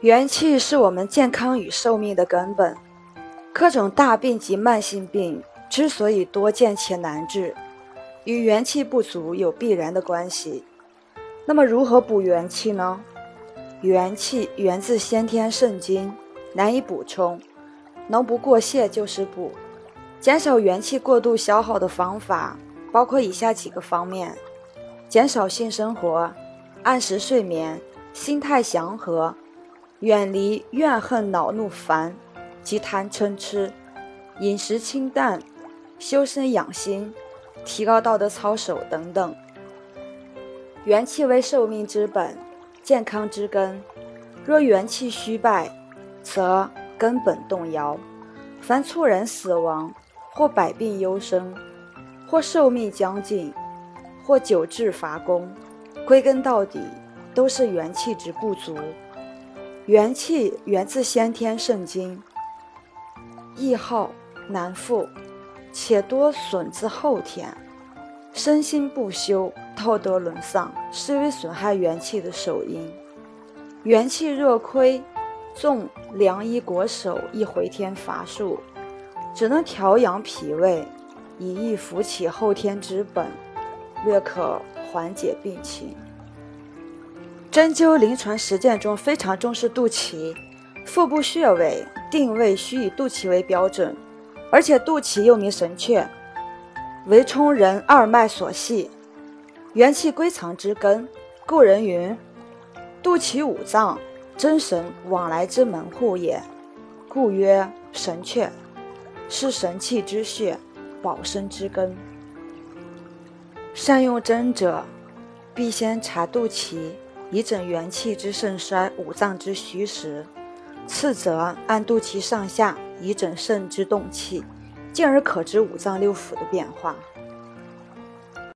元气是我们健康与寿命的根本，各种大病及慢性病之所以多见且难治，与元气不足有必然的关系。那么如何补元气呢？元气源自先天肾精，难以补充，能不过泻就是补。减少元气过度消耗的方法包括以下几个方面：减少性生活，按时睡眠，心态祥和，远离怨恨恼怒烦及贪嗔痴，饮食清淡，修身养心，提高道德操守等等。元气为寿命之本，健康之根，若元气虚败，则根本动摇。凡猝然死亡，或百病忧生，或寿命将尽，或久治乏功，归根到底都是元气之不足。元气源自先天肾精，易耗难复，且多损自后天，身心不修，道德沦丧，是为损害元气的首因。元气若亏，纵良医国手亦回天乏术，只能调养脾胃，以益扶起后天之本，略可缓解病情。针灸临床实践中非常重视肚脐，腹部穴位定位需以肚脐为标准，而且肚脐又名神阙，为冲人二脉所系，元气归藏之根。故人云：肚脐五脏，真神往来之门户也，故曰神阙，是神气之穴，保身之根。善用针者，必先查肚脐，以诊元气之盛衰，五脏之虚实；次则按肚脐上下，以诊肾之动气，进而可知五脏六腑的变化。